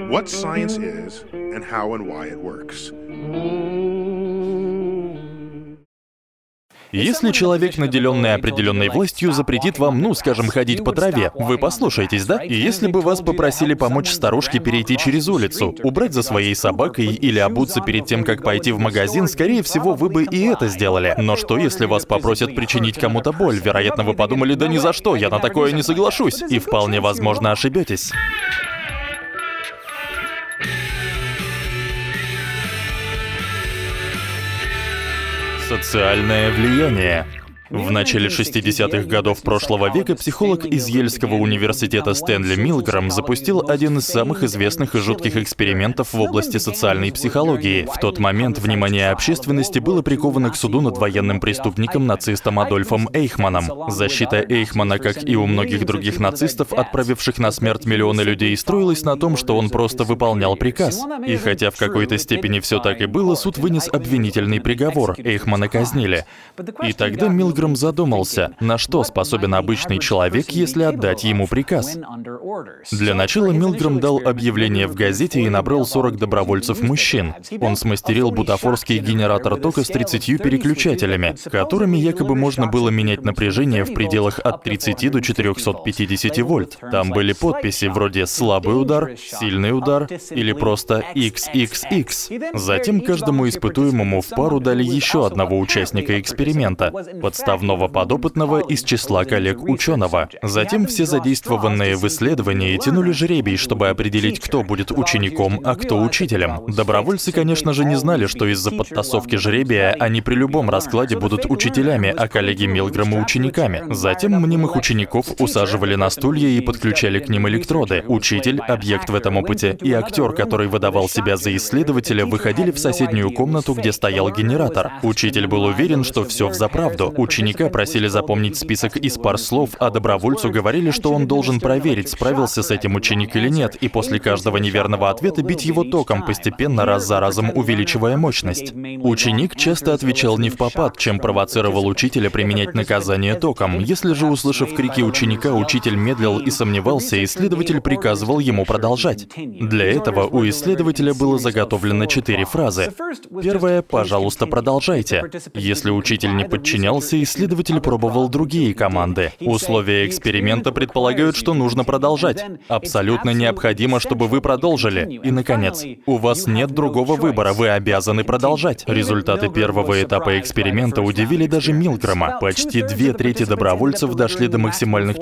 what science is and how and why it works. Если человек, наделенный определенной властью, запретит вам, скажем, ходить по траве, вы послушаетесь, да? И если бы вас попросили помочь старушке перейти через улицу, убрать за своей собакой или обуться перед тем, как пойти в магазин, скорее всего, вы бы и это сделали. Но что, если вас попросят причинить кому-то боль? Вероятно, вы подумали: да ни за что, я на такое не соглашусь. И вполне возможно ошибетесь. Социальное влияние. В начале 60-х годов прошлого века психолог из Йельского университета Стэнли Милгрэм запустил один из самых известных и жутких экспериментов в области социальной психологии. В тот момент внимание общественности было приковано к суду над военным преступником, нацистом Адольфом Эйхманом. Защита Эйхмана, как и у многих других нацистов, отправивших на смерть миллионы людей, строилась на том, что он просто выполнял приказ. И хотя в какой-то степени все так и было, суд вынес обвинительный приговор. Эйхмана казнили. И тогда Милгрэм задумался, на что способен обычный человек, если отдать ему приказ. Для начала Милгрэм дал объявление в газете и набрал 40 добровольцев-мужчин. Он смастерил бутафорский генератор тока с 30 переключателями, которыми якобы можно было менять напряжение в пределах от 30 до 450 вольт. Там были подписи вроде «слабый удар», «сильный удар» или просто «XXX». Затем каждому испытуемому в пару дали еще одного участника эксперимента, подставного подопытного из числа коллег ученого. Затем все задействованные в исследовании тянули жребий, чтобы определить, кто будет учеником, а кто учителем. Добровольцы, конечно же, не знали, что из-за подтасовки жребия они при любом раскладе будут учителями, а коллеги Милгрэма — учениками. Затем мнимых учеников усаживали на стулья и подключали к ним электроды. Учитель, объект в этом опыте, и актер, который выдавал себя за исследователя, выходили в соседнюю комнату, где стоял генератор. Учитель был уверен, что все взаправду. Ученика просили запомнить список из пар слов, а добровольцу говорили, что он должен проверить, справился с этим ученик или нет, и после каждого неверного ответа бить его током, постепенно раз за разом увеличивая мощность. Ученик часто отвечал невпопад, чем провоцировал учителя применять наказание током. Если же, услышав крики ученика, учитель медлил и сомневался, исследователь приказывал ему продолжать. Для этого у исследователя было заготовлено 4 фразы. Первая: «Пожалуйста, продолжайте». Если учитель не подчинялся, исследователь пробовал другие команды. Условия эксперимента предполагают, что нужно продолжать. Абсолютно необходимо, чтобы вы продолжили. И, наконец, у вас нет другого выбора, вы обязаны продолжать. Результаты первого этапа эксперимента удивили даже Милгрэма. Почти 2/3 добровольцев дошли до максимальных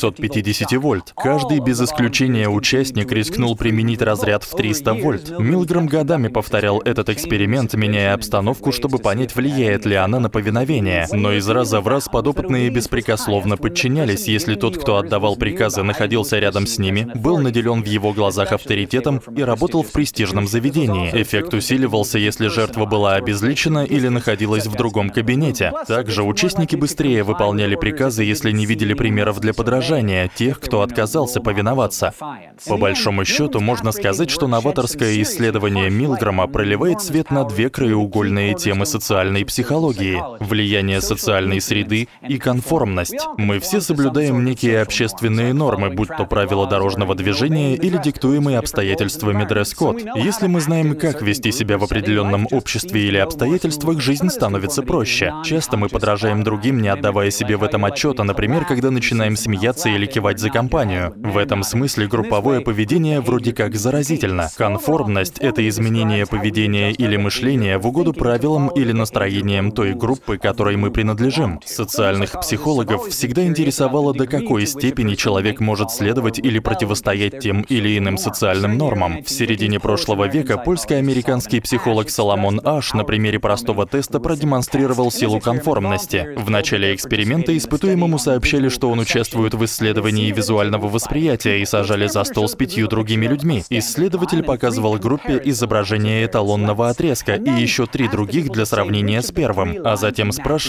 450 вольт. Каждый без исключения участник рискнул применить разряд в 300 вольт. Милгрэм годами повторял этот эксперимент, меняя обстановку, чтобы понять, влияет ли она на повиновение. Но из раза в раз подопытные беспрекословно подчинялись, если тот, кто отдавал приказы, находился рядом с ними, был наделен в его глазах авторитетом и работал в престижном заведении. Эффект усиливался, если жертва была обезличена или находилась в другом кабинете. Также участники быстрее выполняли приказы, если не видели примеров для подражания, тех, кто отказался повиноваться. По большому счету, можно сказать, что новаторское исследование Милгрэма проливает свет на 2 краеугольные темы социальной психологии: влияние социальной среды и конформность. Мы все соблюдаем некие общественные нормы, будь то правила дорожного движения или диктуемые обстоятельствами дресс-код. Если мы знаем, как вести себя в определенном обществе или обстоятельствах, жизнь становится проще. Часто мы подражаем другим, не отдавая себе в этом отчета, например, когда начинаем смеяться или кивать за компанию. В этом смысле групповое поведение вроде как заразительно. Конформность — это изменение поведения или мышления в угоду правилам или настроениям той группы, которой мы принадлежим. Социальных психологов всегда интересовало, до какой степени человек может следовать или противостоять тем или иным социальным нормам. В середине прошлого века польско-американский психолог Соломон Аш на примере простого теста продемонстрировал силу конформности. В начале эксперимента испытуемому сообщали, что он участвует в исследовании визуального восприятия, и сажали за стол с 5 другими людьми. Исследователь показывал группе изображение эталонного отрезка и еще 3 других для сравнения с первым, а затем спрашивал, какой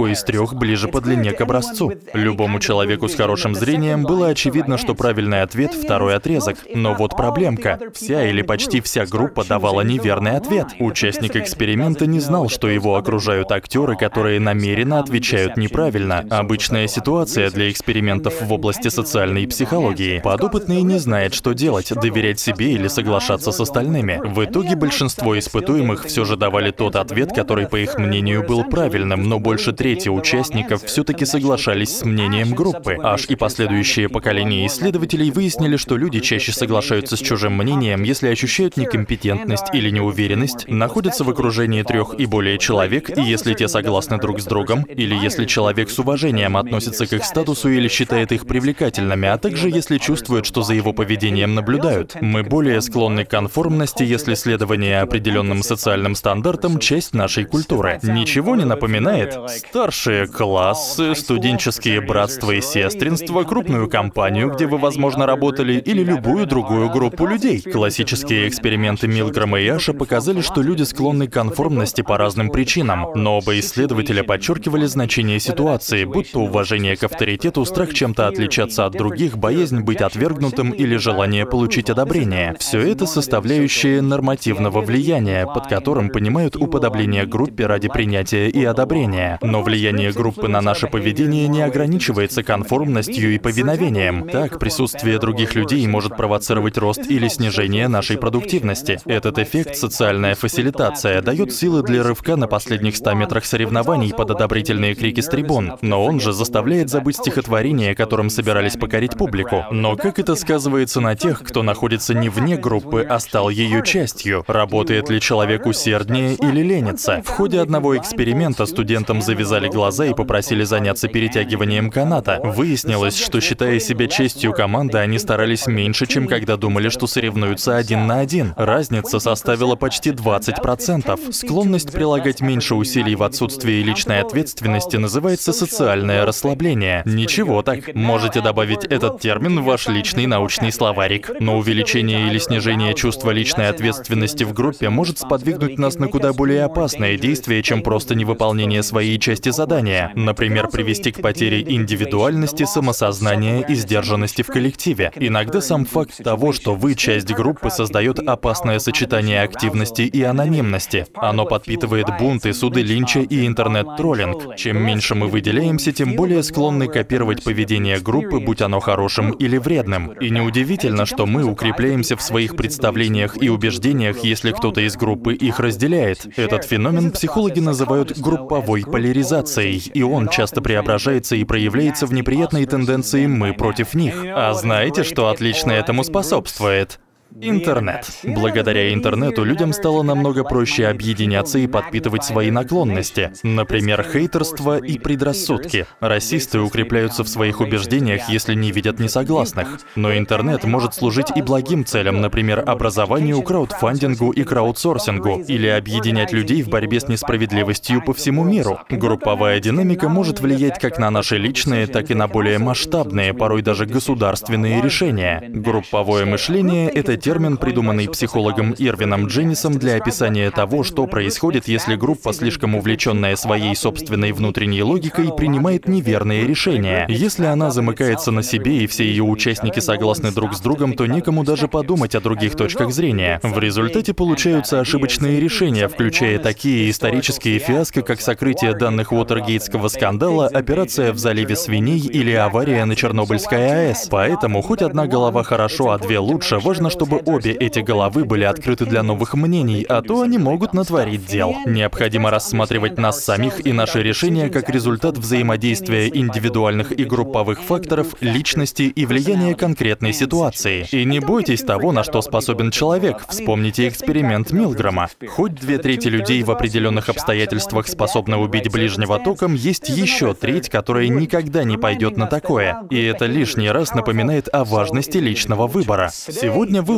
какой из трех ближе по длине к образцу. Любому человеку с хорошим зрением было очевидно, что правильный ответ — второй отрезок. Но вот проблемка. Вся или почти вся группа давала неверный ответ. Участник эксперимента не знал, что его окружают актеры, которые намеренно отвечают неправильно. Обычная ситуация для экспериментов в области социальной психологии. Подопытный не знает, что делать, доверять себе или соглашаться с остальными. В итоге большинство испытуемых все же давали тот ответ, который, по их мнению, был правильным, но больше трети участников все-таки соглашались с мнением группы. Аж и последующие поколения исследователей выяснили, что люди чаще соглашаются с чужим мнением, если ощущают некомпетентность или неуверенность, находятся в окружении 3 и более человек, и если те согласны друг с другом, или если человек с уважением относится к их статусу или считает их привлекательными, а также если чувствует, что за его поведением наблюдают. Мы более склонны к конформности, если следование определенным социальным стандартам — часть нашей культуры. Ничего не напоминает? Старшие классы, студенческие братства и сестринства, крупную компанию, где вы, возможно, работали, или любую другую группу людей. Классические эксперименты Милграма и Аша показали, что люди склонны к конформности по разным причинам, но оба исследователя подчеркивали значение ситуации, будь то уважение к авторитету, страх чем-то отличаться от других, боязнь быть отвергнутым или желание получить одобрение. Все это составляющие нормативного влияния, под которым понимают уподобление группе ради принятия и одобрения. Но влияние группы на наше поведение не ограничивается конформностью и повиновением. Так, присутствие других людей может провоцировать рост или снижение нашей продуктивности. Этот эффект, социальная фасилитация, дает силы для рывка на последних 100 метрах соревнований под одобрительные крики с трибун. Но он же заставляет забыть стихотворение, которым собирались покорить публику. Но как это сказывается на тех, кто находится не вне группы, а стал ее частью? Работает ли человек усерднее или ленится? В ходе одного эксперимента студентам завязали глаза и попросили заняться перетягиванием каната. Выяснилось, что, считая себя частью команды, они старались меньше, чем когда думали, что соревнуются 1 на 1. Разница составила почти 20%. Склонность прилагать меньше усилий в отсутствии личной ответственности называется социальное расслабление. Ничего так. Можете добавить этот термин в ваш личный научный словарик. Но увеличение или снижение чувства личной ответственности в группе может сподвигнуть нас на куда более опасные действия, чем просто невыполнение своей части задания. Например, привести к потере индивидуальности, самосознания и сдержанности в коллективе. Иногда сам факт того, что вы часть группы, создает опасное сочетание активности и анонимности. Оно подпитывает бунты, суды Линча и интернет-троллинг. Чем меньше мы выделяемся, тем более склонны копировать поведение группы, будь оно хорошим или вредным. И неудивительно, что мы укрепляемся в своих представлениях и убеждениях, если кто-то из группы их разделяет. Этот феномен психологи называют групповой поляризацией, и он часто преображается и проявляется в неприятной тенденции «мы против них». А знаете, что отлично этому способствует? Интернет. Благодаря интернету людям стало намного проще объединяться и подпитывать свои наклонности. Например, хейтерство и предрассудки. Расисты укрепляются в своих убеждениях, если не видят несогласных. Но интернет может служить и благим целям, например, образованию, краудфандингу и краудсорсингу, или объединять людей в борьбе с несправедливостью по всему миру. Групповая динамика может влиять как на наши личные, так и на более масштабные, порой даже государственные решения. Групповое мышление — это термин, придуманный психологом Ирвином Дженнисом для описания того, что происходит, если группа, слишком увлеченная своей собственной внутренней логикой, принимает неверные решения. Если она замыкается на себе и все ее участники согласны друг с другом, то некому даже подумать о других точках зрения. В результате получаются ошибочные решения, включая такие исторические фиаско, как сокрытие данных Уотергейтского скандала, операция в заливе свиней или авария на Чернобыльской АЭС. Поэтому хоть одна голова хорошо, а 2 лучше, важно, чтобы обе эти головы были открыты для новых мнений, а то они могут натворить дел. Необходимо рассматривать нас самих и наши решения как результат взаимодействия индивидуальных и групповых факторов, личности и влияния конкретной ситуации. И не бойтесь того, на что способен человек. Вспомните эксперимент Милграма. Хоть 2/3 людей в определенных обстоятельствах способны убить ближнего током, есть еще треть, которая никогда не пойдет на такое. И это лишний раз напоминает о важности личного выбора. Сегодня вы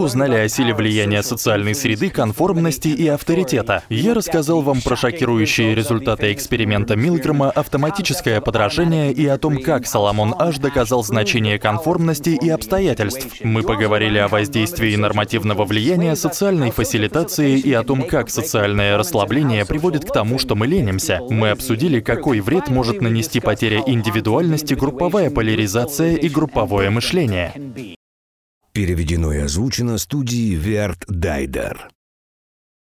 узнали о силе влияния социальной среды, конформности и авторитета. Я рассказал вам про шокирующие результаты эксперимента Милгрэма, автоматическое подражание и о том, как Соломон Аш доказал значение конформности и обстоятельств. Мы поговорили о воздействии нормативного влияния, социальной фасилитации и о том, как социальное расслабление приводит к тому, что мы ленимся. Мы обсудили, какой вред может нанести потеря индивидуальности, групповая поляризация и групповое мышление. Переведено и озвучено студией Верт Дайдер.